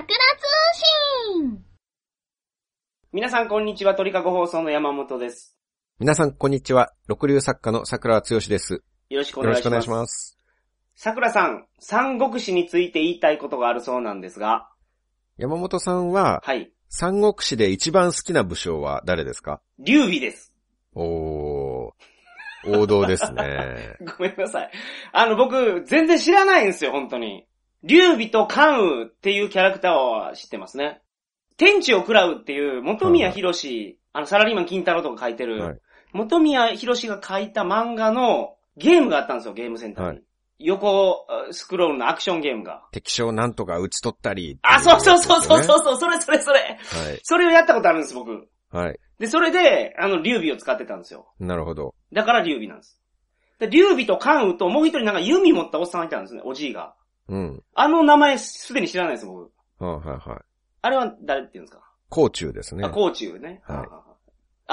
桜通信。 皆さんこんにちは。鳥かご放送の山本です。 皆さんこんにちは。六流作家の桜剛です。 よろしくお願いします。桜さん、三国志について言いたいことがあるそうなんですが。 山本さんは、はい。三国志で一番好きな武将は誰ですか？ 劉備です。 王道ですね。 ごめんなさい。僕、全然知らないんですよ、本当に。劉備と関羽っていうキャラクターは知ってますね。天地を喰らうっていう、本宮博士、サラリーマン金太郎とか書いてる、はい、本宮博士が書いた漫画のゲームがあったんですよ、ゲームセンターに。はい、横スクロールのアクションゲームが。 敵将なんとか打ち取ったり、ね。 そう、それ。はい。それをやったことあるんです、僕。 はい。 で、それで、劉備を使ってたんですよ。 なるほど。 だから劉備なんです。で、劉備と関羽ともう一人なんか弓持ったおっさんがいたんですね、おじいが。 うん。 名前すでに知らないです、僕。 はいはいはい。 あれは誰って言うんですか？ 甲冑ですね。 甲冑ね。 はい。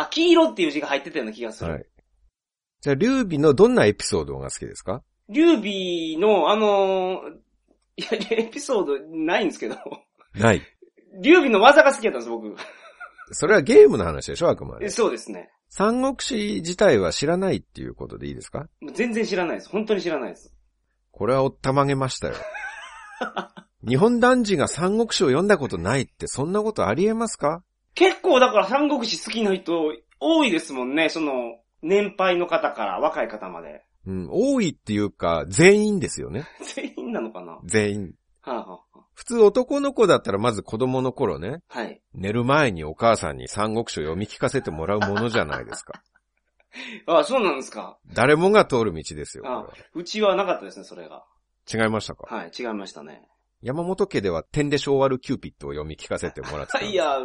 黄色っていう字が入ってたような気がする。はい。 じゃあ、劉備のどんなエピソードが好きですか？ 劉備の、エピソードないんですけど。 ない。 劉備の技が好きだったんです、僕。 それはゲームの話でしょ、あくまで。 そうですね。 三国志自体は知らないっていうことでいいですか？ 全然知らないです。本当に知らないです。 これはおったまげましたよ。日本男児が三国志を読んだことないってそんなことありえますか？ 結構だから三国志好きな人多いですもんね。年配の方から若い方まで。 うん、多いっていうか全員ですよね。 全員なのかな？ 全員。 はあ、 普通男の子だったらまず子供の頃ね。 はい。 寝る前にお母さんに三国志を読み聞かせてもらうものじゃないですか。 そうなんですか。 誰もが通る道ですよ。 うちはなかったですね、それが。 違いましたか？ はい、違いましたね。 山本家では点で昭和るキューピッドを読み聞かせてもらってたんです。 いや、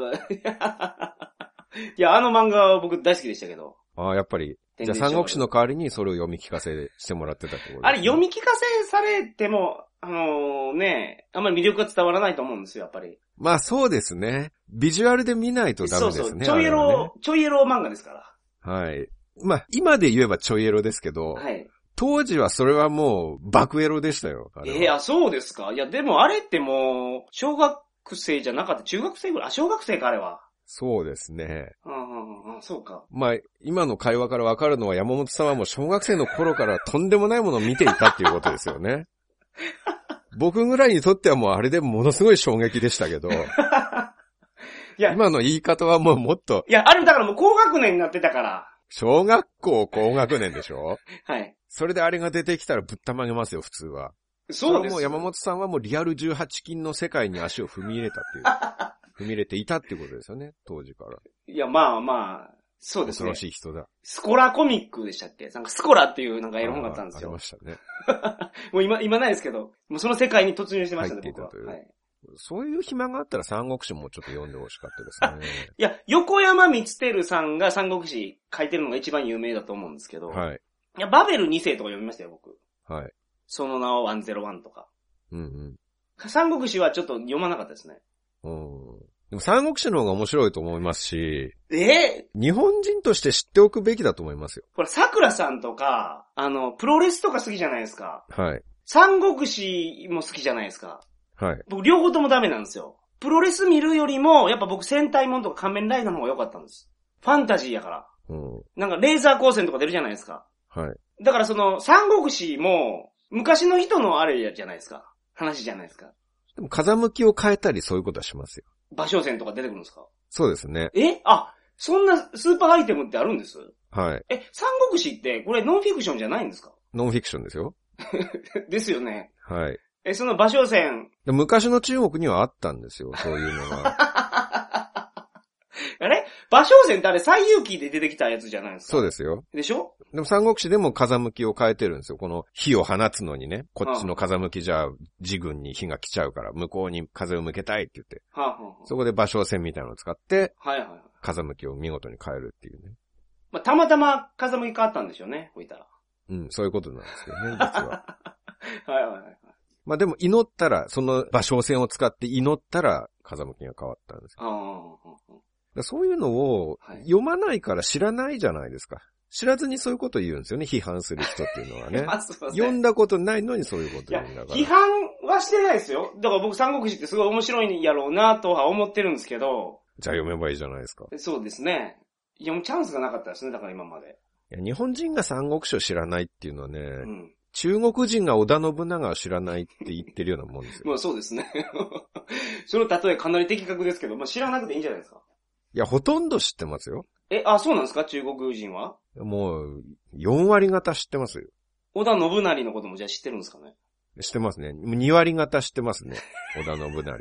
漫画は僕大好きでしたけど。 やっぱり。じゃあ三国志の代わりにそれを読み聞かせしてもらってたってことですね。 あれ読み聞かせされても、あんまり魅力が伝わらないと思うんですよ、やっぱり。 まあそうですね。ビジュアルで見ないとダメですね。そうちょいエロ漫画ですから。 はい。まあ今で言えばちょいエロですけど。 はい。 当時はそれはもう爆エロでしたよ。 そうですか。いや、でもあれってもう、小学生じゃなかった。中学生ぐらい。小学生か、あれは。 そうですね。 そうか。 まあ、今の会話からわかるのは山本さんはもう小学生の頃からとんでもないものを見ていたっていうことですよね。僕ぐらいにとってはもうあれでものすごい衝撃でしたけど。今の言い方はもうもっと。 いや、あれだからもう高学年になってたから。 小学校高学年でしょ？ はい。 それであれが出てきたらぶったまげますよ、普通は。 そうです。 もう山本さんはもうリアル18禁の世界に足を踏み入れたっていう。踏み入れていたっていうことですよね、当時から。 いや、まあ、そうですね。 恐ろしい人だ。 スコラコミックでしたっけ？なんかスコラっていうなんかエロ本があったんですよ。 ありましたね。 もう今ないですけど、もうその世界に突入してましたね、僕は。はい。 そういう暇があったら三国志もちょっと読んでほしかったですね。 いや、横山光輝さんが三国志書いてるのが一番有名だと思うんですけど。 はい。 いや、バベル2世とか読みましたよ、僕。 はい。 その名は101とか。 うんうん。 三国志はちょっと読まなかったですね。 でも三国志の方が面白いと思いますし。 日本人として知っておくべきだと思いますよ。 これ、桜さんとか、プロレスとか好きじゃないですか。 はい。 三国志も好きじゃないですか。 はい。 僕、両方ともダメなんですよ。プロレス見るよりも、やっぱ僕、戦隊もんとか仮面ライダーの方が良かったんです。ファンタジーやから。なんか、レーザー光線とか出るじゃないですか。 はい。 だから三国志も、昔の人のあれじゃないですか。話じゃないですか。 でも、風向きを変えたりそういうことはしますよ。 馬掌戦とか出てくるんですか？ そうですね。 そんなスーパーアイテムってあるんです？ はい。 三国志って、これノンフィクションじゃないんですか？ ノンフィクションですよ。 ですよね。 はい。 その馬掌戦。 昔の中国にはあったんですよ、そういうのが。 あれ馬掌戦ってあれ西遊記で出てきたやつじゃないですか？ そうですよ。 でしょ？ でも三国志でも風向きを変えてるんですよ。この火を放つのにね、こっちの風向きじゃ自軍に火が来ちゃうから、向こうに風を向けたいって言って。そこで馬掌戦みたいなのを使って、風向きを見事に変えるっていうね。 まあ、たまたま風向き変わったんでしょうね、こういったら。 そういうことなんですよね、実は。 はい。 まあでも祈ったら、その馬掌戦を使って祈ったら風向きが変わったんですよ。そういうのを読まないから知らないじゃないですか。 知らずにそういうこと言うんですよね、批判する人っていうのはね。 読読んだことないのにそういうこと言うんだから。 批判はしてないですよ。だから僕三国志ってすごい面白いんやろうなとは思ってるんですけど。 じゃあ読めばいいじゃないですか。 そうですね。読むチャンスがなかったですね、だから今まで。 いや日本人が三国志を知らないっていうのはね、中国人が織田信長を知らないって言ってるようなもんですよ。 まあそうですね。その例えかなり的確ですけど、まあ知らなくていいんじゃないですか。 いや、ほとんど知ってますよ。 そうなんですか中国人は？ もう、4割方知ってますよ。 織田信成のこともじゃあ知ってるんですかね？ 知ってますね。2割方知ってますね。織田信成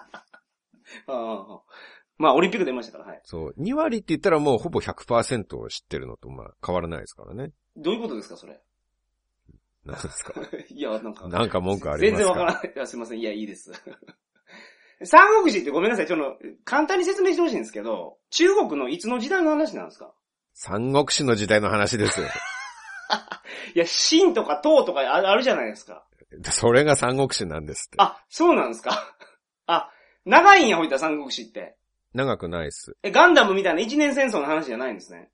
は。まあ、オリンピック出ましたから、はい。 そう。2割って言ったらもうほぼ 100% を知ってるのと、まあ、変わらないですからね。 どういうことですか、それ。 何ですかいや、なんか文句ありますか？ 全然わからない。すいません。いや、いいです。三国志ってごめんなさい。簡単に説明してほしいんですけど、中国のいつの時代の話なんですか？ 三国志の時代の話ですよ。 いや、秦とか唐とかあるじゃないですか。 それが三国志なんですって。 そうなんですか。長いんや、ほいた三国志って。 長くないっす。 ガンダムみたいな一年戦争の話じゃないんですね。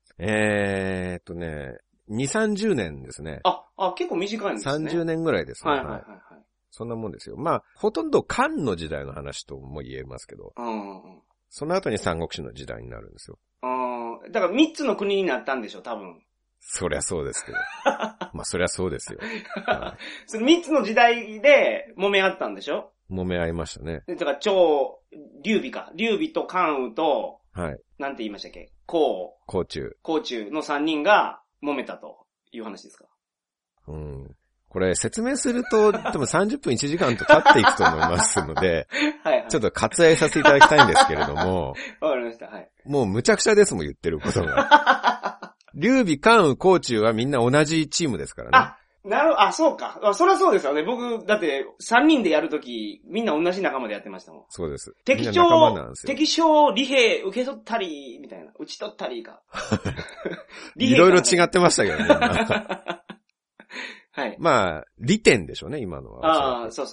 2、30年ですね。 結構短いんですね。 30年ぐらいですね。 はいはいはい。 そんなもんですよ。まあ、ほとんど漢の時代の話とも言えますけど。その後に三国志の時代になるんですよ。 だから3つの国になったんでしょ、多分。 そりゃそうですけど。まあ、そりゃそうですよ。 はい、その3つの時代で揉め合ったんでしょ？ 揉め合いましたね。 だから劉備と関羽と、 はい。 なんて言いましたっけ？ 甲冑の3人が揉めたという話ですか？ これ説明すると、でも30分1時間と経っていくと思いますので、はいはい、ちょっと割愛させていただきたいんですけれども、 わかりました。はい。 もう無茶苦茶ですもん、言ってることが。劉備、関羽、甲冑はみんな同じチームですからね。 そうか。そりゃそうですよね。僕、だって3人でやるとき、みんな同じ仲間でやってましたもん。 そうです。 敵将、利兵受け取ったり、みたいな。打ち取ったりか。 いろいろ違ってましたけどね。 はい。 まあ、利点でしょうね、今のは。 そう。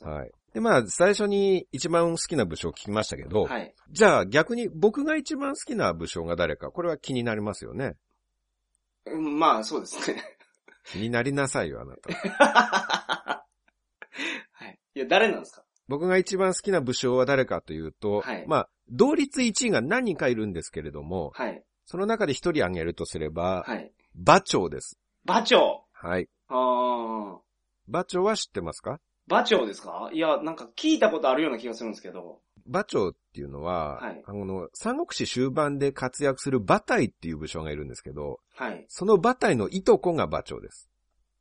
はい。で、まあ、最初に一番好きな武将を聞きましたけど、 はい。 じゃあ逆に僕が一番好きな武将が誰か、これは気になりますよね。 まあ、そうですね。 気になりなさいよ、あなた。 はい。いや、誰なんですか？ 僕が一番好きな武将は誰かというと、はい。まあ、同率1位が何人かいるんですけれども、はい。その中で一人挙げるとすれば、はい。馬長です。 馬長。 はい。馬長は知ってますか？ 馬長ですか？いや、なんか聞いたことあるような気がするんですけど。 馬長っていうのは、はい、三国志終盤で活躍する馬隊っていう武将がいるんですけど、はい。その馬隊のいとこが馬長です。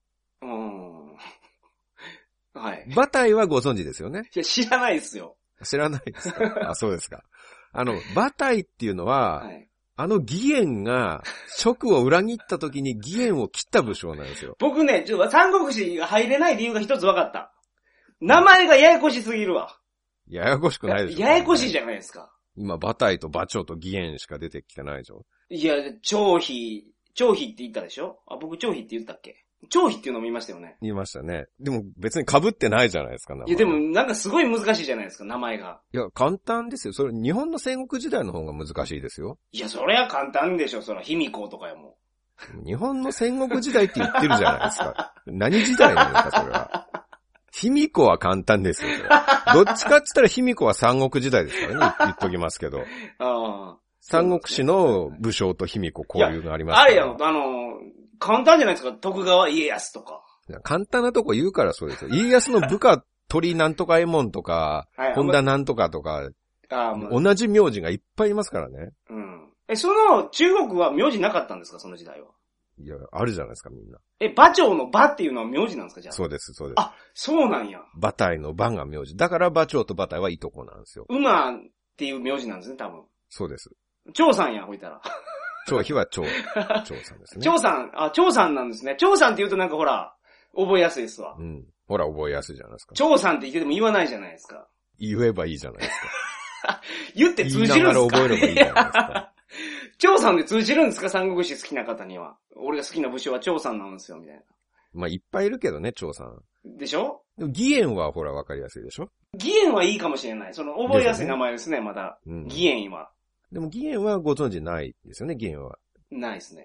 はい。馬隊はご存知ですよね？ いや、知らないですよ。 知らないですか？そうですか。馬隊っていうのは、はい。義援が、職を裏切った時に義援を切った武将なんですよ。 僕ね、三国志が入れない理由が一つ分かった。名前がややこしすぎるわ。 ややこしくないでしょ。 ややこしいじゃないですか。 今、馬隊と馬長と義援しか出てきてないでしょ。 いや、張飛って言ったでしょ？僕張飛って言ったっけ？張飛っていうのも言いましたよね。 言いましたね。でも別に被ってないじゃないですか、名前。 いやでもなんかすごい難しいじゃないですか、名前が。 いや、簡単ですよ。それ日本の戦国時代の方が難しいですよ。 いや、それは簡単でしょ、そら、卑弥呼とかやもん。日本の戦国時代って言ってるじゃないですか。何時代なんですか、それは。卑弥呼は簡単ですよ、それ。どっちかって言ったら卑弥呼は三国時代ですからね、言っときますけど。三国志の武将と卑弥呼交流がありますから。 あれやん、簡単じゃないですか、徳川家康とか。 簡単なとこ言うからそうですよ。家康の部下、鳥なんとか右衛門とか、本田なんとかとか、同じ名字がいっぱいいますからね。 その中国は名字なかったんですか、その時代は。 いや、あるじゃないですか、みんな。 馬長の馬っていうのは名字なんですか、じゃあ。 そうです、そうです。 そうなんや。 馬隊の馬が名字。だから馬長と馬隊はいとこなんですよ。 馬っていう名字なんですね、多分。 そうです。 長さんや、ほいたら。 長飛は長さんですね。 長さんなんですね。長さんって言うとなんかほら、覚えやすいですわ。 ほら、覚えやすいじゃないですか。 長さんって言ってても言わないじゃないですか。 言えばいいじゃないですか。 言って通じるんですか？ 言いながら覚えればいいじゃないですか。 長さんで通じるんですか？三国志好きな方には。俺が好きな武将は長さんなんですよ、みたいな。 まあ、いっぱいいるけどね、長さん。 でしょ？ でも義援はほら、わかりやすいでしょ？ 義援はいいかもしれない。覚えやすい名前ですね、また。義援は。 でも義援はご存知ないですよね、義援は。 ないですね。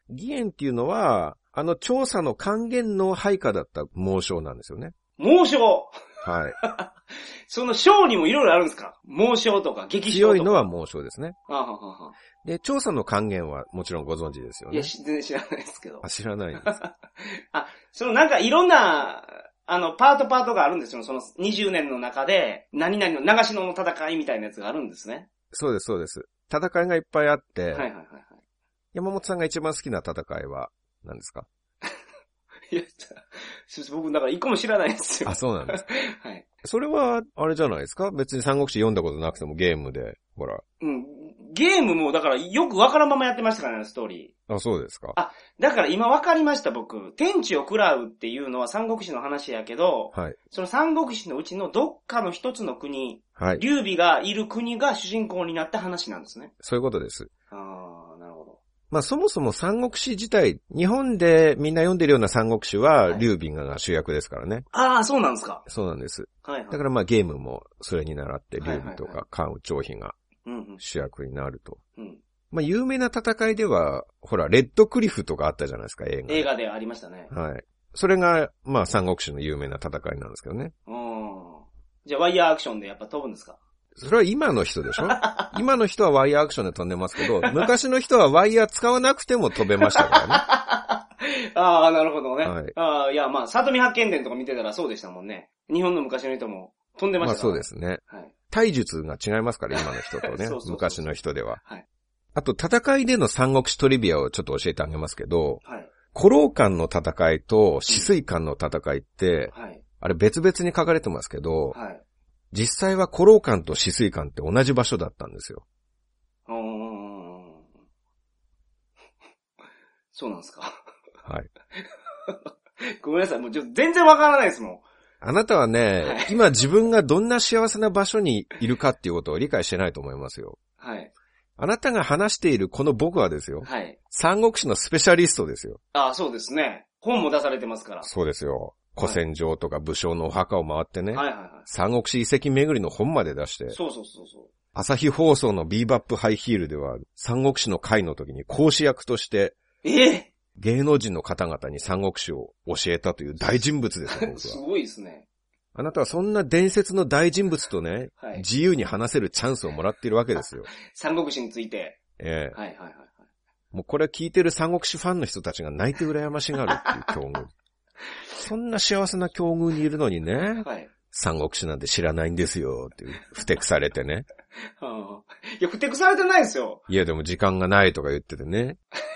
義援っていうのは、調査の還元の配下だった猛将なんですよね。 猛将はい。 その将にもいろいろあるんですか？猛将とか激将とか。 強いのは猛将ですね。 は。 で、調査の還元はもちろんご存知ですよね。 いや、全然知らないですけど。 知らないんです。 なんかいろんな、パートがあるんですよ。その20年の中で、何々の長篠の戦いみたいなやつがあるんですね。 そうです、そうです。戦いがいっぱいあって、 はい。 山本さんが一番好きな戦いは何ですか？ いや、僕だから一個も知らないんですよ。 そうなんです。 はい。 それは、あれじゃないですか？別に三国志読んだことなくてもゲームで、ほら。 うん。ゲームもだからよくわからんままやってましたからね、ストーリー。 そうですか。 だから今わかりました、僕。天地を喰らうっていうのは三国志の話やけど、 はい。その三国志のうちのどっかの一つの国、 はい。 劉備がいる国が主人公になった話なんですね。 そういうことです。 なるほど。 そもそも三国志自体、日本でみんな読んでるような三国志は、劉備が主役ですからね。 そうなんですか。 そうなんです。 はい。 だからゲームもそれに倣って、劉備とか関羽張飛が主役になると。有名な戦いでは、ほら、レッドクリフとかあったじゃないですか、映画。 映画でありましたね。 はい。それが、三国志の有名な戦いなんですけどね。 じゃあ、ワイヤーアクションでやっぱ飛ぶんですか？ それは今の人でしょ？今の人はワイヤーアクションで飛んでますけど、昔の人はワイヤー使わなくても飛べましたからね。なるほどね。 はい。 いや、里見八犬伝とか見てたらそうでしたもんね。日本の昔の人も飛んでましたからね。 そうですね。 はい。 体術が違いますから、今の人とね。 そう昔の人では。 はい。 あと、戦いでの三国志トリビアをちょっと教えてあげますけど、 はい。 古老館の戦いと止水館の戦いって、はい。あれ別々に書かれてますけど、はい。実際は古老館と止水館って同じ場所だったんですよ。 そうなんですか。 はい。 ごめんなさい、もう全然わからないですもん。 あなたはね、はい、今自分がどんな幸せな場所にいるかっていうことを理解してないと思いますよ。 はい。 あなたが話しているこの僕はですよ。 はい。 三国志のスペシャリストですよ。 そうですね。本も出されてますから。 そうですよ。古戦場とか武将のお墓を回ってね。 はい。 三国志遺跡巡りの本まで出して。 そう。 朝日放送のビーバップハイヒールでは、三国志の会の時に講師役として、芸能人の方々に三国志を教えたという大人物ですよ、僕は。 すごいですね。 あなたはそんな伝説の大人物とね、はい、自由に話せるチャンスをもらっているわけですよ。 三国志について。 はい。 はい。 もうこれ聞いてる三国志ファンの人たちが泣いて羨ましがるっていう境遇。そんな幸せな境遇にいるのにね、はい、三国志なんて知らないんですよっていう、ふてくされてね。 いや、ふてくされてないですよ。 いや、でも時間がないとか言っててね。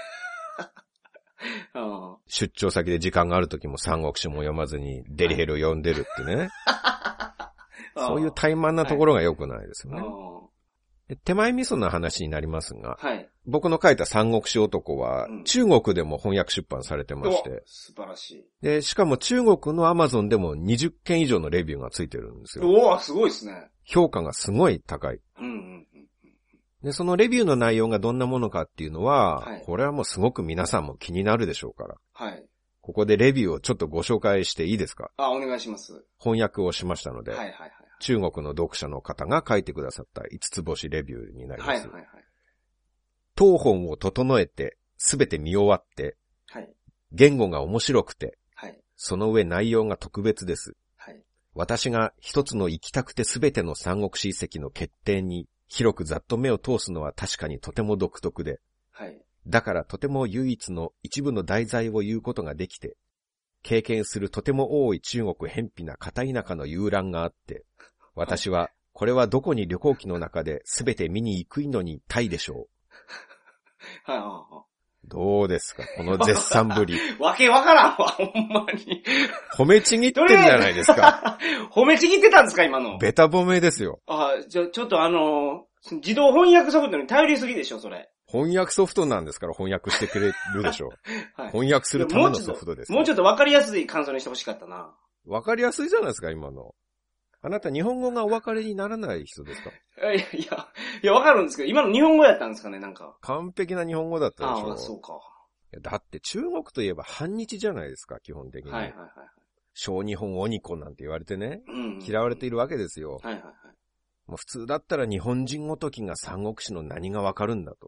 出張先で時間がある時も三国志も読まずにデリヘルを読んでるってね。そういう怠慢なところが良くないですよね。手前味噌な話になりますが、はい、僕の書いた三国志男は、中国でも翻訳出版されてまして、 素晴らしい。 で、しかも中国のアマゾンでも20件以上のレビューがついてるんですよ。 すごいですね。 評価がすごい高い。で、そのレビューの内容がどんなものかっていうのは、はい、これはもうすごく皆さんも気になるでしょうから。はい。ここでレビューをちょっとご紹介していいですか？ お願いします。 翻訳をしましたので、中国の読者の方が書いてくださった5つ星レビューになります。当本を整えて、すべて見終わって、言語が面白くて、その上内容が特別です。私が一つの行きたくてすべての三国志遺跡の決定に、広くざっと目を通すのは確かにとても独特で、だからとても唯一の一部の題材を言うことができて、経験するとても多い中国偏僻な片田舎の遊覧があって、私はこれはどこに旅行記の中で全て見に行くのにたいでしょう。どうですかこの絶賛ぶり。 わけわからんわ、ほんまに。 褒めちぎってるじゃないですか。 褒めちぎってたんですか今の。 ベタ褒めですよ。 ちょっと自動翻訳ソフトに頼りすぎでしょ、それ。 翻訳ソフトなんですから翻訳してくれるでしょう。はい、翻訳するためのソフトです。 もうちょっとわかりやすい感想にしてほしかったな。 わかりやすいじゃないですか、今の。あなた日本語がお分かりにならない人ですか？ いや、わかるんですけど、今の日本語やったんですかね、なんか。 完璧な日本語だったでしょ。 そうか。 だって中国といえば反日じゃないですか、基本的に。小日本鬼子なんて言われてね、嫌われているわけですよ。もう普通だったら日本人ごときが三国志の何がわかるんだと。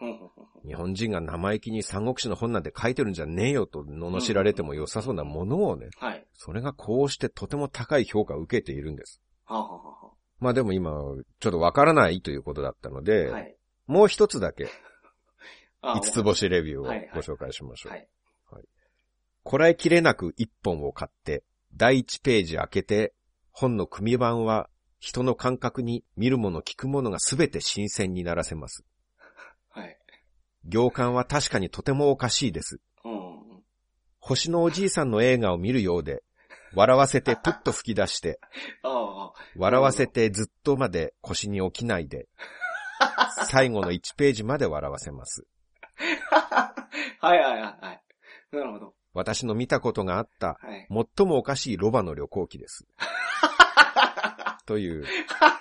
日本人が生意気に三国志の本なんて書いてるんじゃねえよと罵られても良さそうなものをね、 はい。 それがこうしてとても高い評価を受けているんです。 はあ、はあはまあでも今、ちょっとわからないということだったので、 はい、 もう一つだけ、 5 つ星レビューをご紹介しましょう。 はい。 はい、こらえきれなく一本を買って、第一ページ開けて、本の組版は人の感覚に見るもの聞くものがすべて新鮮にならせます。 はい。 行間は確かにとてもおかしいです。星のおじいさんの映画を見るようで、笑わせてプッと吹き出して、笑わせてずっとまで腰に起きないで、最後の1ページまで笑わせます。 はいはいはい。なるほど。 私の見たことがあった、最もおかしいロバの旅行記です。という。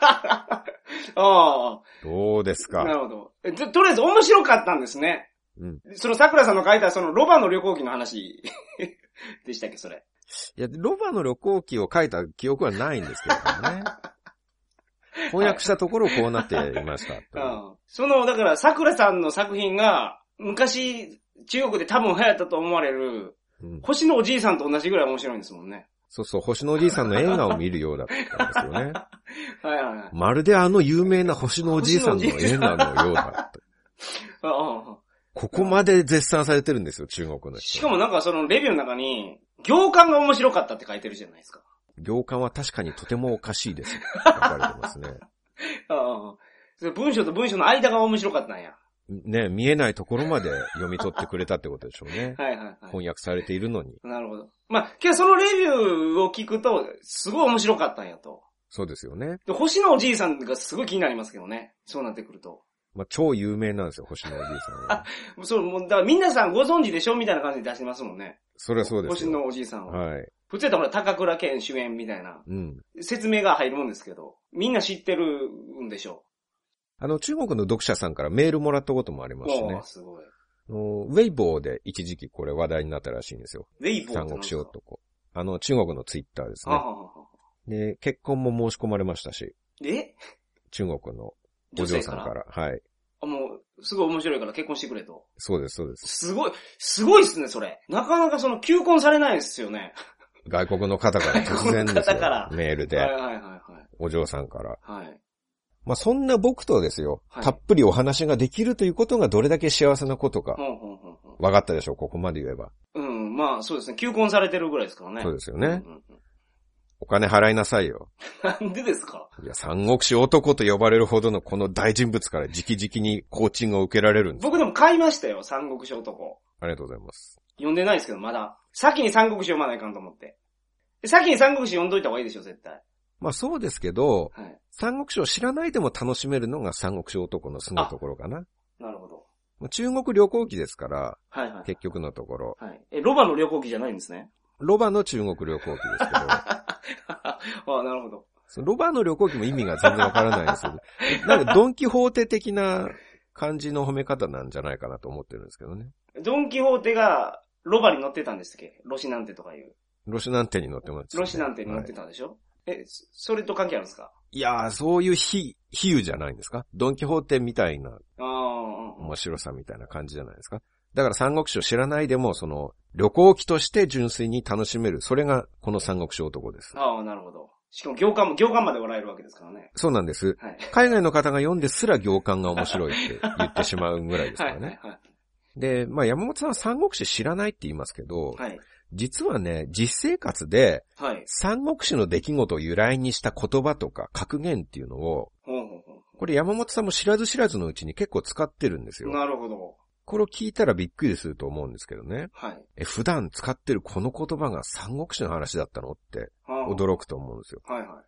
どうですか。 なるほど。とりあえず面白かったんですね。 うん。 その桜さんの書いたそのロバの旅行記の話でしたっけ、それ。 いや、ロバの旅行記を書いた記憶はないんですけれどもね。翻訳したところこうなっていました。 だから桜さんの作品が昔中国で多分流行ったと思われる、星のおじいさんと同じぐらい面白いんですもんね。 そうそう、星のおじいさんの映画を見るようだったんですよね。 はいはいはい。 まるであの有名な星のおじいさんの映画のようだった。ここまで絶賛されてるんですよ、中国の人。 しかもなんかそのレビューの中に、行間が面白かったって書いてるじゃないですか。 行間は確かにとてもおかしいです。書かれてますね。 文章と文章の間が面白かったんや。 ね、見えないところまで読み取ってくれたってことでしょうね。 はいはいはい。 翻訳されているのに。 なるほど。まあ、けどそのレビューを聞くと、すごい面白かったんやと。 そうですよね。 で、星のおじいさんがすごい気になりますけどね。そうなってくると。 まあ、超有名なんですよ、星のおじいさんは。 そう、もう、だから皆さんご存知でしょみたいな感じで出してますもんね。 そりゃそうですよ。 星のおじいさんは。 はい。 普通やったらほら、高倉健主演みたいな。説明が入るもんですけど、みんな知ってるんでしょう。 中国の読者さんからメールもらったこともありますしね。 すごい。 ウェイボーで一時期これ話題になったらしいんですよ。 ウェイボー三国志男。中国のツイッターですね。で、結婚も申し込まれましたし。中国のお嬢さんから。はい。 もう、すごい面白いから結婚してくれと。 そうです、そうです。 すごいっすね、それ。なかなか求婚されないですよね。 外国の方から突然ですよ。メールで。 はいはいはいはい。 お嬢さんから。 はい。 まあ、そんな僕とですよ、たっぷりお話ができるということがどれだけ幸せなことか。分かったでしょう、ここまで言えば。 まあそうですね。求婚されてるぐらいですからね。 そうですよね。お金払いなさいよ。 なんでですか？ いや、三国志男と呼ばれるほどのこの大人物から直々にコーチングを受けられるんです。 僕でも買いましたよ、三国志男。 ありがとうございます。 読んでないですけど、まだ。先に三国志読まないかんと思って。先に三国志読んどいた方がいいでしょ、絶対。 まあそうですけど、三国志を知らないでも楽しめるのが三国志男のすごいところかな。 なるほど。 中国旅行記ですから、 はいはい、 結局のところ、 はい。ロバの旅行記じゃないんですね。 ロバの中国旅行記ですけど。 なるほど。 ロバの旅行記も意味が全然わからないんですよ。なんかドンキホーテ的な感じの褒め方なんじゃないかなと思ってるんですけどね。 ドンキホーテがロバに乗ってたんですっけ？ロシナンテとかいう。 ロシナンテに乗ってます、ね。 ロシナンテに乗ってたでしょ、はい、それと関係あるんですか？ いやー、そういう比喩じゃないんですか？ドンキホーテみたいな面白さみたいな感じじゃないですか？だから三国志を知らないでも、旅行記として純粋に楽しめる。それがこの三国志男です。 なるほど。しかも行間まで笑えるわけですからね。 そうなんです。 はい、 海外の方が読んですら行間が面白いって言ってしまうぐらいですからね。はいはいはい、で、まあ山本さんは三国志知らないって言いますけど、はい、実はね、実生活で、三国志の出来事を由来にした言葉とか格言っていうのを、これ山本さんも知らず知らずのうちに結構使ってるんですよ。 なるほど。 これを聞いたらびっくりすると思うんですけどね。 はい。 普段使ってるこの言葉が三国志の話だったのって驚くと思うんですよ。 はいはい。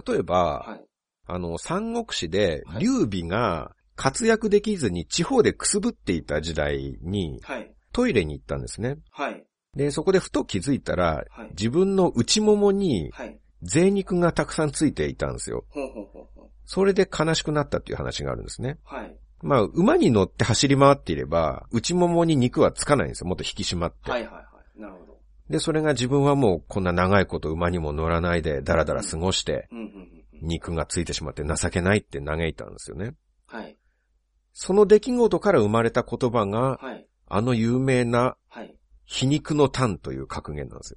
例えば、はい、三国志で劉備が活躍できずに地方でくすぶっていた時代に、はい、トイレに行ったんですね。 はい。 で、そこでふと気づいたら、はい、自分の内ももに贅肉がたくさんついていたんですよ。それで悲しくなったっていう話があるんですね。はい。まあ、馬に乗って走り回っていれば、内ももに肉はつかないんですよ。もっと引き締まって。 はいはいはい。なるほど。 で、それが自分はもうこんな長いこと馬にも乗らないでダラダラ過ごして、肉がついてしまって情けないって嘆いたんですよね。 はい。 その出来事から生まれた言葉が、 はい。 あの有名な、 はい。 皮肉の炭という格言なんですよ。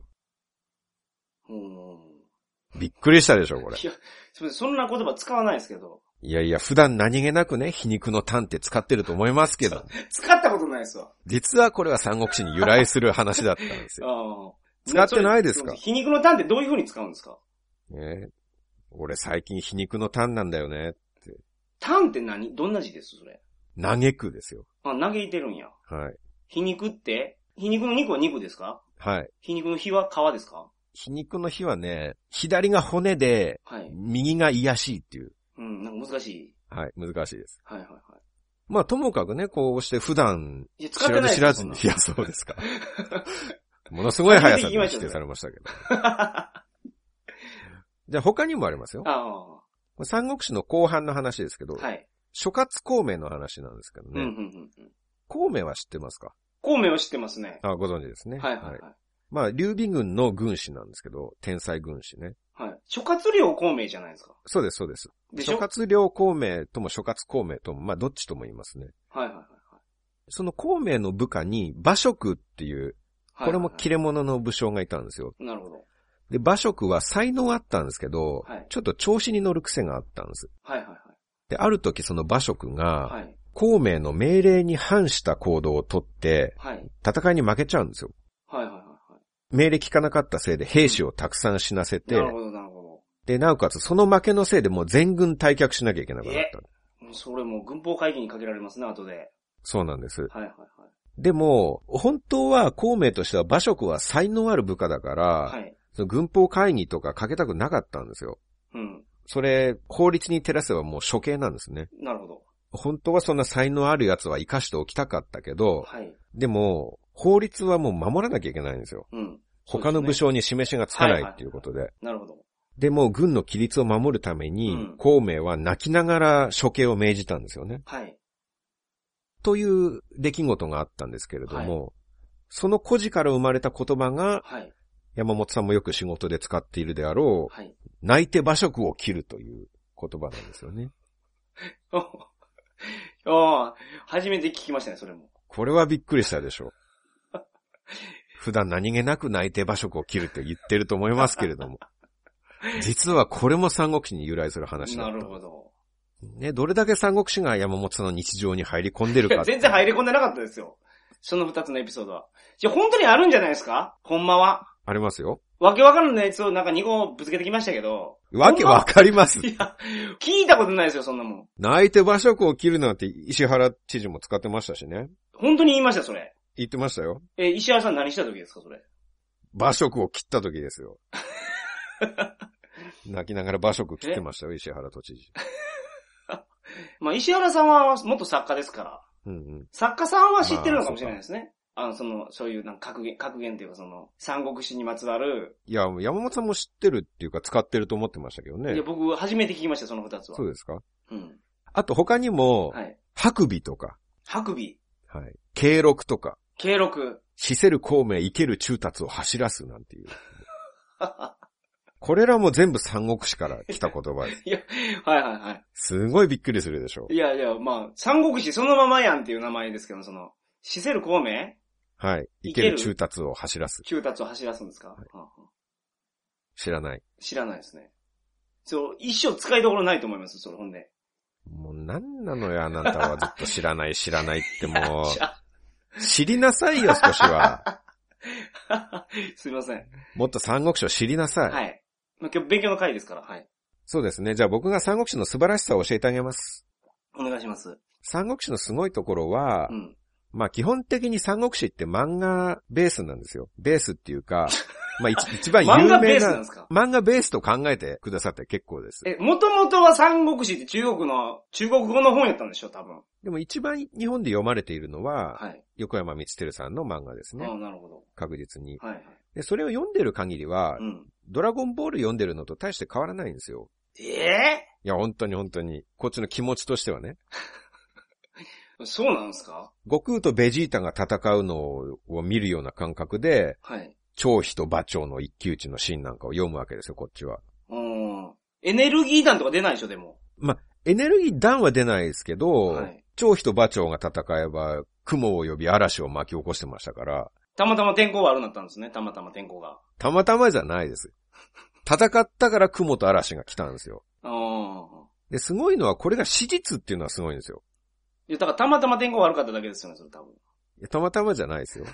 うん。 びっくりしたでしょ、これ。 いや、すみません、そんな言葉使わないですけど。 いやいや、普段何気なくね、皮肉の炭って使ってると思いますけど。 使ったことないですわ。 実はこれは三国志に由来する話だったんですよ。 ああ。 使ってないですか？ 皮肉の炭ってどういう風に使うんですか？ 俺最近皮肉の炭なんだよね。 炭ってどんな字ですそれ？ 嘆くですよ。 あ、嘆いてるんや。 はい。 皮肉って皮肉の肉は肉ですか？ はい。 皮肉の火は皮ですか？ 皮肉の火はね、左が骨で、 はい。 右が癒やしいっていう。 うん、なんか難しい。 はい、難しいです。 はいはいはい。 まあ、ともかくね、こうして普段、 知らず知らずに、いや、そうですか。ものすごい速さで否定されましたけど。じゃあ他にもありますよ。 ああ。 三国志の後半の話ですけど、 はい。 諸葛孔明の話なんですけどね。孔明は知ってますか？ 孔明は知ってますね。 あ、ご存知ですね。 はいはいはい。 まあ、劉備軍の軍師なんですけど、天才軍師ね。 はい。諸葛亮孔明じゃないですか。 そうです、そうです。諸葛亮孔明とも諸葛孔明とも、まあ、どっちとも言いますね。 はいはいはい。 その孔明の部下に馬謖っていう、これも切れ者の武将がいたんですよ。 なるほど。 で、馬謖は才能あったんですけど、 はい、 ちょっと調子に乗る癖があったんです。 はいはいはい。 で、ある時その馬謖が、 はい、 孔明の命令に反した行動をとって、 はい、 戦いに負けちゃうんですよ。 はいはいはい。 命令聞かなかったせいで兵士をたくさん死なせて、 なるほどなるほど。 で、なおかつその負けのせいでもう全軍退却しなきゃいけなくなった。 それもう軍法会議にかけられますね、後で。 そうなんです。 はいはいはい。 でも、本当は孔明としては馬謖は才能ある部下だから、はい、その軍法会議とかかけたくなかったんですよ。うん。それ、法律に照らせばもう処刑なんですね。 なるほど。 本当はそんな才能あるやつは生かしておきたかったけど、はい。でも、法律はもう守らなきゃいけないんですよ。うん。他の武将に示しがつかないっていうことで。 なるほど。 でも、軍の規律を守るために、孔明は泣きながら処刑を命じたんですよね。はい。という出来事があったんですけれども、はい、その故事から生まれた言葉が、はい、山本さんもよく仕事で使っているであろう、はい、泣いて馬謖を切るという言葉なんですよね。 初めて聞きましたね、それも。 これはびっくりしたでしょう。普段何気なく泣いて馬謖を切ると言ってると思いますけれども。実はこれも三国志に由来する話だった。 なるほど。 ね、どれだけ三国志が山本さんの日常に入り込んでるか。 全然入り込んでなかったですよ。その二つのエピソードは。じゃあ本当にあるんじゃないですか？ほんまは。 ありますよ。 わけわからんやつをなんか2個ぶつけてきましたけど。 わけわかります。 いや、聞いたことないですよ、そんなもん。 泣いて馬謖を切るなんて石原知事も使ってましたしね。 本当に言いました、それ。 言ってましたよ。 石原さん何した時ですか、それ。 馬謖を切った時ですよ。泣きながら馬謖切ってましたよ、石原都知事。 まあ、石原さんは元作家ですから。うんうん、作家さんは知ってるのかもしれないですね。そういうなんか格言っていうか三国志にまつわる。 いや、山本さんも知ってるっていうか使ってると思ってましたけどね。 いや、僕初めて聞きました、その二つは。 そうですか？うん。あと他にも、はい、白尾とか。 白尾。 はい。慶禄とか。 慶禄。 死せる孔明生ける中達を走らすなんていう。これらも全部三国志から来た言葉です。 いや、はいはいはい。 すごいびっくりするでしょ。 いやいや、まあ、三国志そのままやんっていう名前ですけど、死せる孔明？ はい。生ける中達を走らす。 中達を走らすんですか？はい、 知らない。 知らないですね。一生使いどころないと思います、それほんで。 もうなんなのよ、あなたはずっと知らないってもう。知りなさいよ、少しは。 すいません。 もっと三国志を知りなさい。 はい。今日勉強の回ですから、はい。 そうですね。じゃあ僕が三国志の素晴らしさを教えてあげます。 お願いします。 三国志のすごいところは、まあ基本的に三国志って漫画ベースなんですよ。ベースっていうか、まあ一番有名な。 漫画ベースなんですか？ 漫画ベースと考えてくださって結構です。 もともとは三国志って中国語の本やったんでしょ、多分。 でも一番日本で読まれているのは、はい、横山光輝さんの漫画ですね。 ああ、なるほど。 確実に。 はいはい。 で、それを読んでる限りは、ドラゴンボール読んでるのと大して変わらないんですよ。 いや、本当に。こっちの気持ちとしてはね。 そうなんですか？ 悟空とベジータが戦うのを見るような感覚で、はい。張飛と馬超の一騎打ちのシーンなんかを読むわけですよ、こっちは。 エネルギー弾とか出ないでしょ、でも。 まあ、エネルギー弾は出ないですけど、はい、 張飛と馬長が戦えば、雲を呼び嵐を巻き起こしてましたから。 たまたま天候が悪くなったんですね。たまたま天候が。 たまたまじゃないです。戦ったから雲と嵐が来たんですよ。で、すごいのはこれが史実っていうのはすごいんですよ。 いや、だからたまたま天候が悪かっただけですよね、それ多分。いや、たまたまじゃないですよ。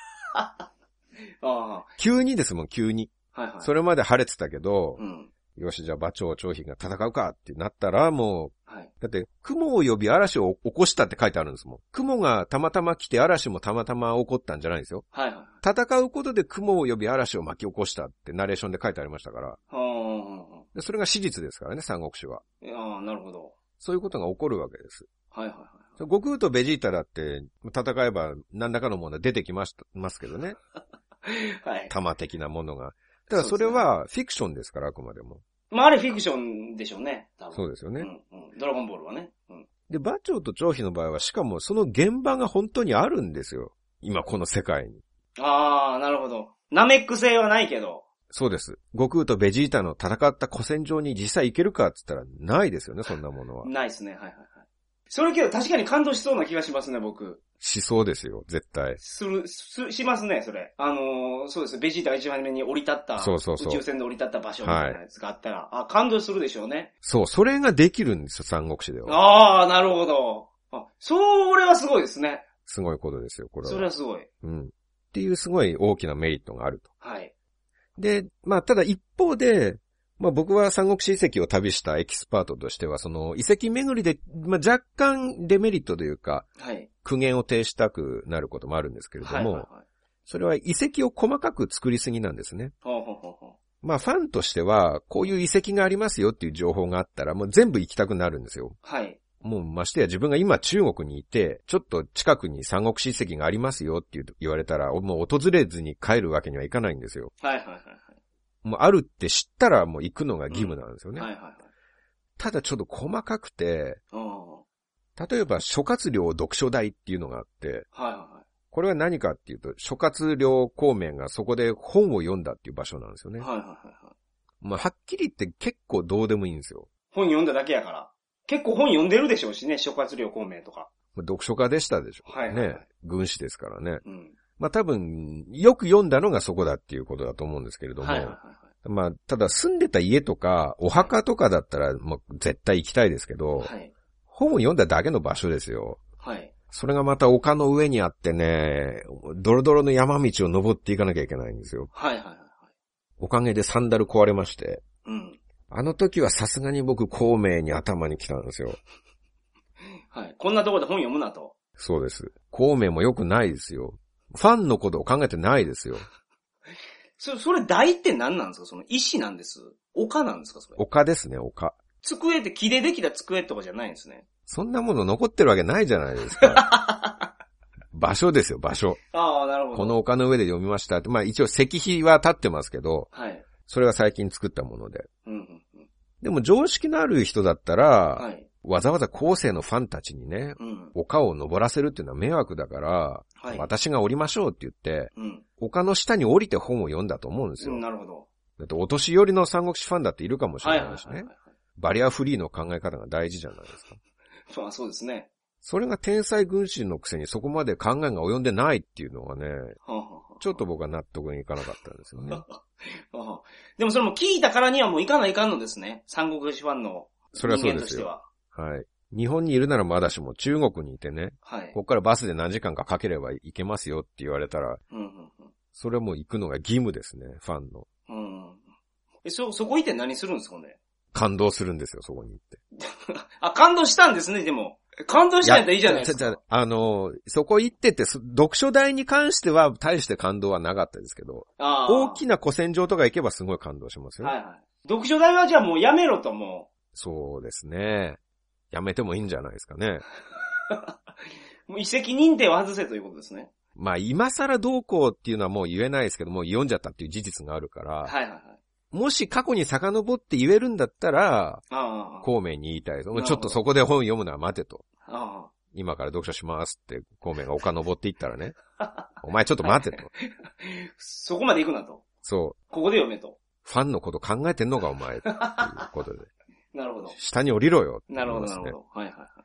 あ急にですもん、急に。 はいはい。 それまで晴れてたけど、 うん。 よし、じゃあ馬長、張飛が戦うかってなったら、もう、 はい。 だって、雲を呼び嵐を起こしたって書いてあるんですもん。雲がたまたま来て嵐もたまたま起こったんじゃないんですよ。 はいはい。 戦うことで雲を呼び嵐を巻き起こしたってナレーションで書いてありましたから。でそれが史実ですからね、三国志は。 ああ、なるほど。 そういうことが起こるわけです。 はいはいはい。 悟空とベジータだって戦えば何らかのものは出てきますけどね。 はい。 玉的なものが。ただそれはフィクションですから、あくまでも。 まああれフィクションでしょうね。多分そうですよね。 うんうん。ドラゴンボールはね。うん。 で、馬長と張飛の場合はしかもその現場が本当にあるんですよ。今この世界に。 ああ、なるほど。ナメック星はないけど。 そうです。悟空とベジータの戦った古戦場に実際行けるかって言ったらないですよね、そんなものは。 ないですね。はいはいはい。それけど確かに感動しそうな気がしますね、僕。 しそうですよ、絶対。 しますね、それ。そうです。ベジータが一番目に降り立った。 そう。 宇宙船で降り立った場所みたいなやつがあったら、感動するでしょうね。 そう、それができるんですよ、三国志では。 ああ、なるほど。それはすごいですね。 すごいことですよ、これは。 それはすごい。 うん。っていうすごい大きなメリットがあると。 はい。 で、まあ、ただ一方で、まあ僕は三国志遺跡を旅したエキスパートとしては、その遺跡巡りで、まあ若干デメリットというか、 はい。 苦言を呈したくなることもあるんですけれども、 はいはいはい、 それは遺跡を細かく作りすぎなんですね。 ほうほうほうほう。 まあファンとしては、こういう遺跡がありますよっていう情報があったら、もう全部行きたくなるんですよ。 はい。 もうましてや自分が今中国にいて、ちょっと近くに三国志遺跡がありますよって言われたら、もう訪れずに帰るわけにはいかないんですよ。 はいはいはい。 もうあるって知ったらもう行くのが義務なんですよね。 はいはいはい。 ただちょっと細かくて、 例例えば諸葛亮読書台っていうのがあって、 はいはい。 これは何かっていうと、諸葛亮孔明がそこで本を読んだっていう場所なんですよね。 はいはいはい。 まあはっきり言って結構どうでもいいんですよ。 本読んだだけやから。結構本読んでるでしょうしね、諸葛亮孔明とか。 読書家でしたでしょう、 はいはいはい。 ね。軍師ですからね。 うん。 まあ多分、よく読んだのがそこだっていうことだと思うんですけれども。 はいはいはい。 まあ、ただ住んでた家とか、お墓とかだったら、もう絶対行きたいですけど、 はい。 本を読んだだけの場所ですよ。 はい。 それがまた丘の上にあってね、ドロドロの山道を登っていかなきゃいけないんですよ。 はいはいはい。 おかげでサンダル壊れまして。 うん。 あの時はさすがに僕、孔明に頭に来たんですよ。 はい。こんなところで本読むなと。 そうです。孔明も良くないですよ。ファンのことを考えてないですよ。 それ台って何なんですか？その石なんです。丘なんですかそれ？ 丘ですね、丘。 机って木でできた机とかじゃないんですね。 そんなもの残ってるわけないじゃないですか。場所ですよ、場所。 ああ、なるほど。 この丘の上で読みましたって。まあ一応石碑は立ってますけど、 はい。 それは最近作ったもので。 うんうんうん。 でも常識のある人だったら、 はい。 わざわざ後世のファンたちにね、 うん、 丘を登らせるっていうのは迷惑だから、 はい、 私が降りましょうって言って、 うん、 丘の下に降りて本を読んだと思うんですよ。 なるほど。 だってお年寄りの三国志ファンだっているかもしれないしね。 はいはいはいはい、 バリアフリーの考え方が大事じゃないですか。 まあそうですね。 それが天才軍師のくせにそこまで考えが及んでないっていうのがね、ちょっと僕は納得にいかなかったんですよね。 でもそれも聞いたからにはもう行かないかんのですね。三国志ファンの人間としては。 はい。日本にいるならまだしも中国にいてね、 はい、 ここからバスで何時間かかければ行けますよって言われたら、 うんうんうん、 それはもう行くのが義務ですね、ファンの。 そこ行って何するんですかね？ 感動するんですよ、そこに行って。 感動したんですね、でも。感動したんやったらいいじゃないですか。 そこ行ってて、読書台に関しては大して感動はなかったですけど、大きな古戦場とか行けばすごい感動しますよ。 はいはい。読書台はじゃあもうやめろともう。 そうですね。やめてもいいんじゃないですかね。 もう遺跡認定を外せということですね。 まあ今更どうこうっていうのはもう言えないですけど、もう読んじゃったっていう事実があるから、 はいはいはい。 もし過去に遡って言えるんだったら、孔明に言いたいです。ちょっとそこで本読むのは待てと。今から読書しますって孔明が丘登っていったらね、お前ちょっと待てと。 そこまで行くなと。 そう。 ここで読めと。 ファンのこと考えてんのかお前っていうことで。 なるほど。 下に降りろよ、 ね。なるほど、なるほど。はいはいはい。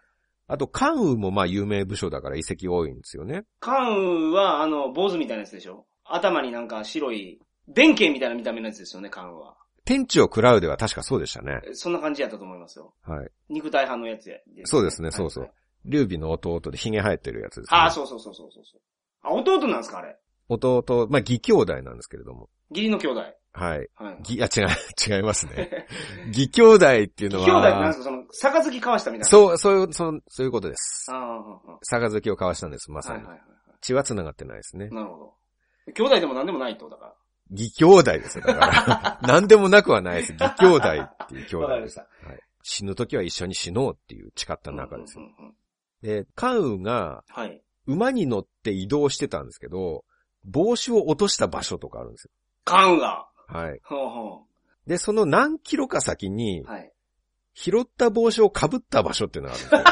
あと、関羽もまあ有名武将だから遺跡多いんですよね。 関羽は、坊主みたいなやつでしょ？頭になんか白い、弁慶みたいな見た目のやつですよね、関羽は。 天地を食らうでは確かそうでしたね。 そんな感じやったと思いますよ。 はい。 肉体派のやつや、ね。 そうですね、 はい、 そうそう。劉備の弟で髭生えてるやつですね。 ああ、そう。あ、弟なんですか、あれ。 弟、まあ義兄弟なんですけれども。 義理の兄弟。 はい。 はい。 違いますね。義兄弟っていうのは。義兄弟って何ですか？杯交わしたみたいな。 そういうことです。杯を交わしたんです、まさに。血は繋がってないですね。 なるほど。兄弟でも何でもないと、だから。 義兄弟ですよ、だから。何でもなくはないです。義兄弟っていう兄弟です。はい。死ぬ時は一緒に死のうっていう誓った中ですよ。で、関羽が、馬に乗って移動してたんですけど、帽子を落とした場所とかあるんですよ。 関羽が。 はい。 ほうほう。 で、その何キロか先に、拾った帽子を被った場所っていうのがあるんですよ。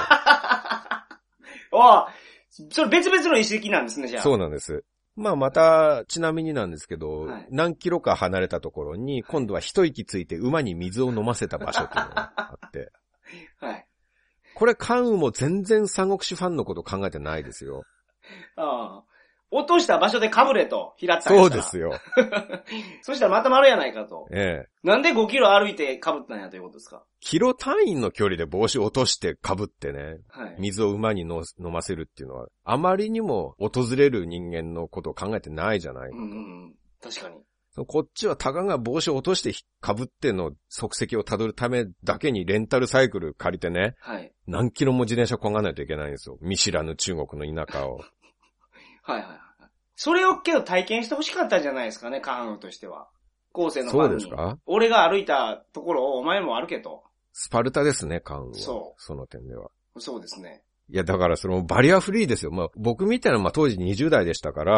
ああ、それ別々の遺跡なんですね、じゃあ。 そうなんです。まあまた、ちなみになんですけど、何キロか離れたところに、今度は一息ついて馬に水を飲ませた場所っていうのがあって。 はい。 これ関羽も全然三国志ファンのこと考えてないですよ。 ああ。落とした場所で被れと、拾ったんやったら。 そうですよ。 そしたらまた丸やないかと。 ええ。 なんで5キロ歩いて被ったんやということですか？ キロ単位の距離で帽子を落として被ってね、 はい、 水を馬に飲ませるっていうのは、あまりにも訪れる人間のことを考えてないじゃない。 確かに。 こっちはたかが帽子を落として被っての足跡をたどるためだけにレンタルサイクル借りてね、何キロも自転車こがないといけないんですよ。見知らぬ中国の田舎を。 はい。それをけど体験してほしかったんじゃないですかね、関羽としては。後世のファンに。そうですか？俺が歩いたところをお前も歩けと。 スパルタですね、関羽は。 そう。 その点では。 そうですね。 いや、だからそのバリアフリーですよ。まあ僕みたいな当時20代でしたから、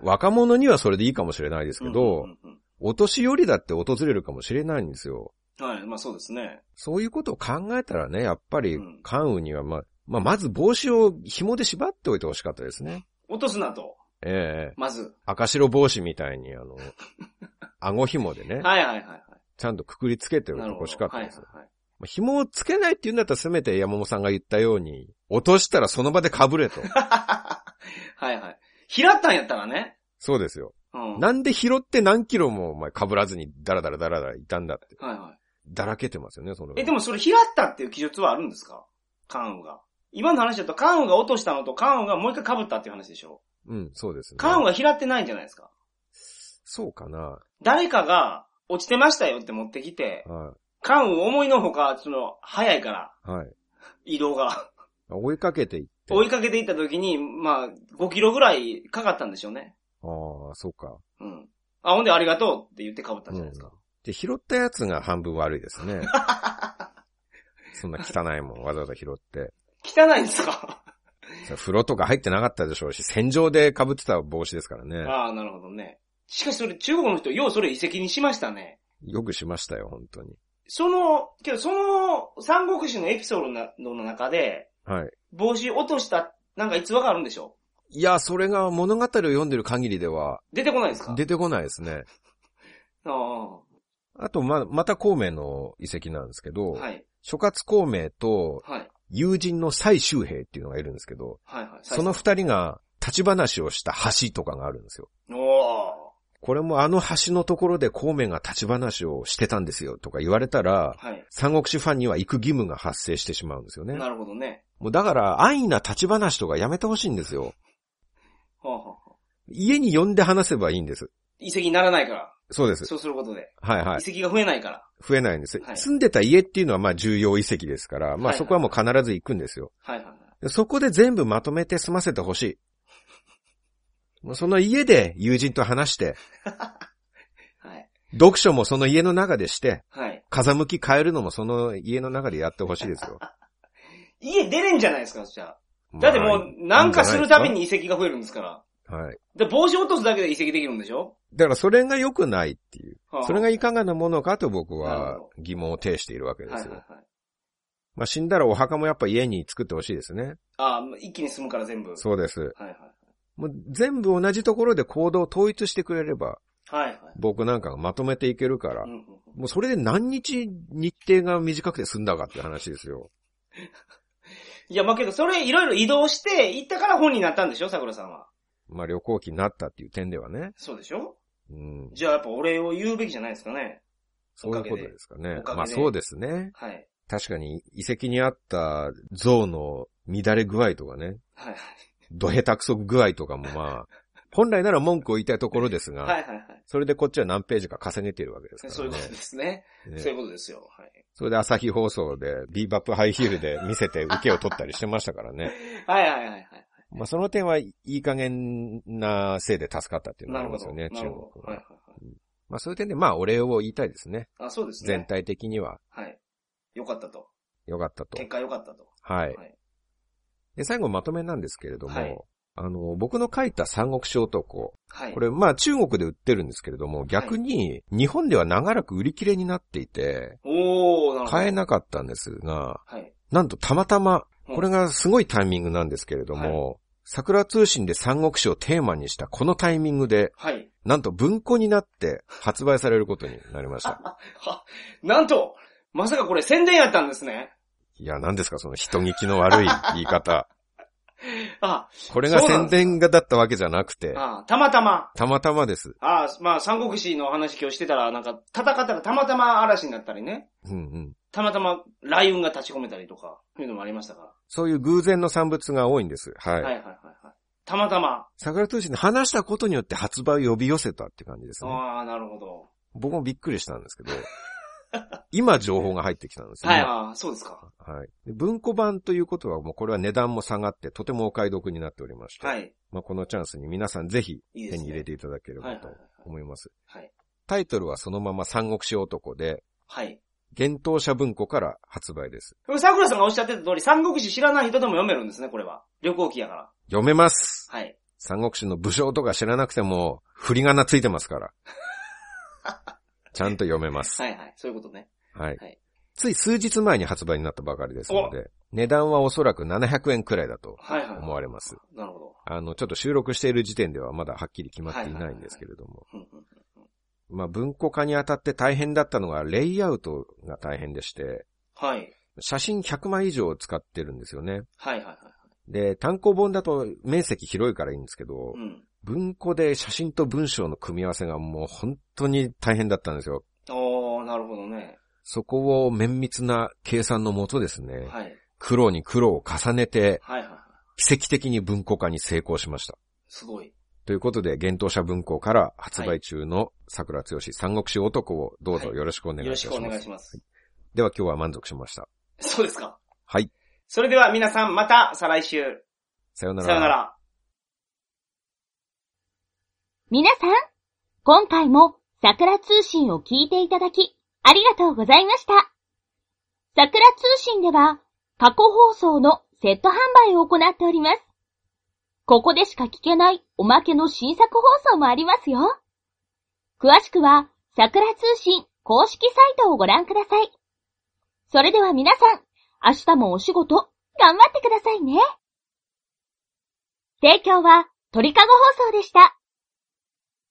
若者にはそれでいいかもしれないですけど、お年寄りだって訪れるかもしれないんですよ。 はい、まあそうですね。 そういうことを考えたらね、やっぱり関羽にはまず帽子を紐で縛っておいてほしかったですね。 落とすなと。 ええ。 まず。 赤白帽子みたいに顎紐でね。 はい。 ちゃんとくくりつけておいてほしかったです。紐をつけないって言うんだったらせめて山本さんが言ったように、落としたらその場で被れと。 はい。拾ったんやったらね。 そうですよ。なんで拾って何キロも被らずにダラダラいたんだって。だらけてますよね、その。 でもそれ拾ったっていう記述はあるんですか？関羽が。今の話だと関羽が落としたのと関羽がもう一回被ったっていう話でしょ？ そうですね。 関羽が拾ってないんじゃないですか？ そうかな。 誰かが落ちてましたよって持ってきて、関羽思いのほか、早いから、移動が。 追いかけていって。 追いかけていった時に、5キロぐらいかかったんでしょうね。 ああ、そうか。 ほんでありがとうって言って被ったんじゃないですか。 で、拾ったやつが半分悪いですね。そんな汚いもんわざわざ拾って。 汚いんですか？ 風呂とか入ってなかったでしょうし、戦場で被ってた帽子ですからね。 ああ、なるほどね。しかしそれ中国の人、ようそれ遺跡にしましたね。 よくしましたよ、本当に。 けどその三国志のエピソードの中で、帽子落としたなんか逸話があるんでしょ？ いや、それが物語を読んでる限りでは。 出てこないですか？ 出てこないですね。あと、また孔明の遺跡なんですけど、諸葛孔明と、友人の蔡周平っていうのがいるんですけど、その二人が立ち話をした橋とかがあるんですよ。これも橋のところで孔明が立ち話をしてたんですよとか言われたら、三国志ファンには行く義務が発生してしまうんですよね。 なるほどね。 もうだから安易な立ち話とかやめてほしいんですよ。家に呼んで話せばいいんです。 遺跡にならないから。 そうです。 そうすることで。 遺跡が増えないから。 増えないんです。住んでた家っていうのは重要遺跡ですから、そこはもう必ず行くんですよ。そこで全部まとめて済ませてほしい。その家で友人と話して、読書もその家の中でして、風向き変えるのもその家の中でやってほしいですよ。 家出れんじゃないですか、じゃあ。だってもう、なんかするたびに遺跡が増えるんですから。で、帽子落とすだけで遺跡できるんでしょ？ だからそれが良くないっていう。それがいかがなものかと僕は疑問を呈しているわけですよ。死んだらお墓もやっぱ家に作ってほしいですね。 一気に住むから全部。 そうです。もう全部同じところで行動を統一してくれれば、僕なんかがまとめていけるから、もうそれで何日日程が短くて済んだかって話ですよ。 いや、まあけど、それいろいろ移動して行ったから本になったんでしょ、桜さんは。 まあ旅行記になったっていう点ではね。 そうでしょ。 うん。 じゃあやっぱお礼を言うべきじゃないですかね。 そういうことですかね。 おかげでまあそうですね。 はい。 確かに遺跡にあった像の乱れ具合とかね。 はい。 ど下手くそ具合とかもまあ、本来なら文句を言いたいところですが、 はいはいはい。 それでこっちは何ページか重ねているわけですからね。 そういうことですね。そういうことですよ。はい。 それで朝日放送でビーバップハイヒールで見せて受けを取ったりしてましたからね。 はいはいはいはい。 まあその点はいい加減なせいで助かったっていうのがありますよね、中国は。 はいはいはい。 まあそういう点でまあお礼を言いたいですね。 あ、そうですね。 全体的には。 はい。よかったと。 よかったと。 結果よかったと。 はい。で、最後まとめなんですけれども、はい、僕の書いた三国志男。はい。これまあ中国で売ってるんですけれども、逆に日本では長らく売り切れになっていて、なるほど。買えなかったんですが、はい。なんとたまたま、これがすごいタイミングなんですけれども、はい、桜通信で三国志をテーマにしたこのタイミングで、はい。なんと文庫になって発売されることになりました。 なんと、まさかこれ宣伝やったんですね。 いや、何ですかその人聞きの悪い言い方。 あ、 これが宣伝がだったわけじゃなくて。 たまたま。 たまたまです。 まあ三国志の話今日してたら、なんか戦ったらたまたま嵐になったりね。 うんうん。 たまたま雷雲が立ち込めたりとか、そういうのもありましたから。 そういう偶然の産物が多いんです。はい。 はいはいはいはい。たまたま。 桜通信で話したことによって発売を呼び寄せたって感じですね。 ああ、なるほど。 僕もびっくりしたんですけど。今情報が入ってきたんですね。 はい、そうですか。 はい。文庫版ということはもうこれは値段も下がってとてもお買い得になっておりまして。はい。まあこのチャンスに皆さんぜひ手に入れていただければと思います。はい。タイトルはそのまま三国志男で。はい。幻冬舎文庫から発売です。 桜さんがおっしゃってた通り三国志知らない人でも読めるんですね、これは。旅行記やから。 読めます。 はい。 三国志の武将とか知らなくても振り仮名ついてますから。ちゃんと読めます。 はいはい。そういうことね。 はい。つい数日前に発売になったばかりですので、値段はおそらく700円くらいだと思われます。 なるほど。 ちょっと収録している時点ではまだはっきり決まっていないんですけれども。まあ文庫化にあたって大変だったのがレイアウトが大変でして、はい。写真100枚以上使ってるんですよね。はいはいはい。で、単行本だと面積広いからいいんですけど、文庫で写真と文章の組み合わせがもう本当に大変だったんですよ。 なるほどね。 そこを綿密な計算のもとですね、はい、苦労に苦労を重ねて、はいはいはい、奇跡的に文庫化に成功しました。 すごい。 ということで、幻冬舎文庫から発売中の桜剛三国志男をどうぞよろしくお願いいたします。 よろしくお願いします。はい、 では今日は満足しました。 そうですか。 はい。 それでは皆さんまた再来週。 さようなら。 さようなら。 皆さん、今回も桜通信を聞いていただき、ありがとうございました。桜通信では過去放送のセット販売を行っております。ここでしか聞けないおまけの新作放送もありますよ。詳しくは桜通信公式サイトをご覧ください。それでは皆さん、明日もお仕事頑張ってくださいね。提供は鳥かご放送でした。